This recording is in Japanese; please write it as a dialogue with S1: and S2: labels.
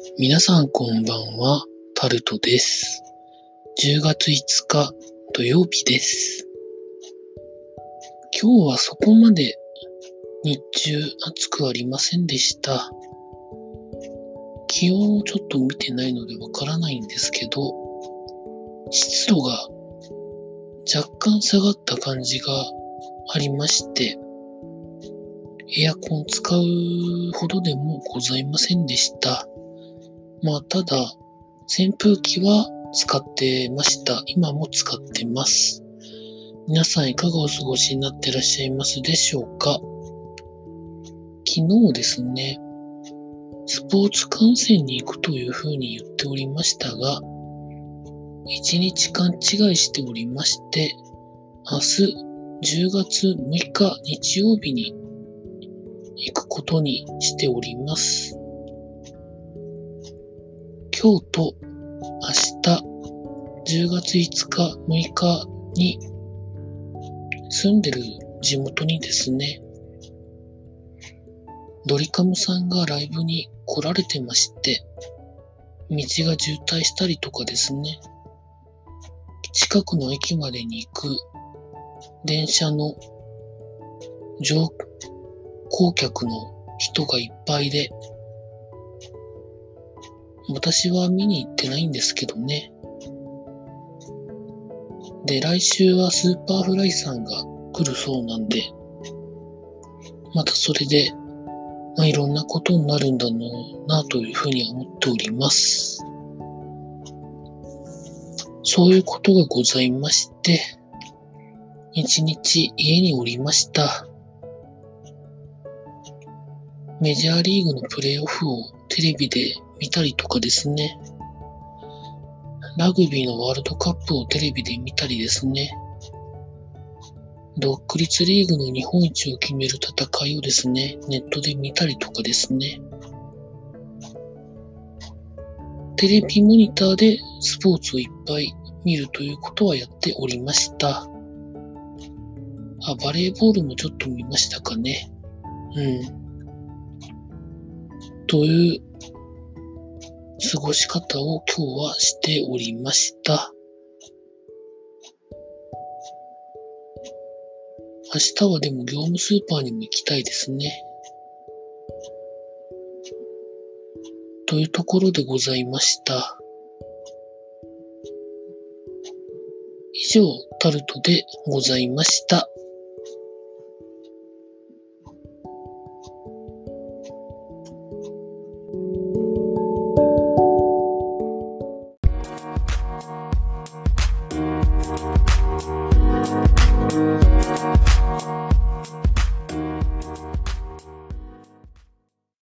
S1: 皆さんこんばんは、タルトです。10月5日土曜日です。今日はそこまで日中暑くありませんでした。気温をちょっと見てないのでわからないんですけど、湿度が若干下がった感じがありまして、エアコン使うほどでもございませんでした。ただ、扇風機は使ってました。今も使ってます。皆さんいかがお過ごしになってらっしゃいますでしょうか？昨日ですね、スポーツ観戦に行くというふうに言っておりましたが、1日勘違いしておりまして、明日10月6日日曜日に行くことにしております。今日と明日10月5日6日に住んでる地元にですね、ドリカムさんがライブに来られてまして、道が渋滞したりとかですね、近くの駅までに行く電車の乗降客の人がいっぱいで、私は見に行ってないんですけどね。で、来週はスーパーフライさんが来るそうなんで、またそれで、いろんなことになるんだろうなというふうに思っております。そういうことがございまして、一日家におりました。メジャーリーグのプレーオフをテレビで見たりとかですね、ラグビーのワールドカップをテレビで見たりですね、独立リーグの日本一を決める戦いをですね、ネットで見たりとかですね、テレビモニターでスポーツをいっぱい見るということはやっておりました。バレーボールもちょっと見ましたかね。という過ごし方を今日はしておりました。明日はでも業務スーパーにも行きたいですね。というところでございました。以上、タルトでございました。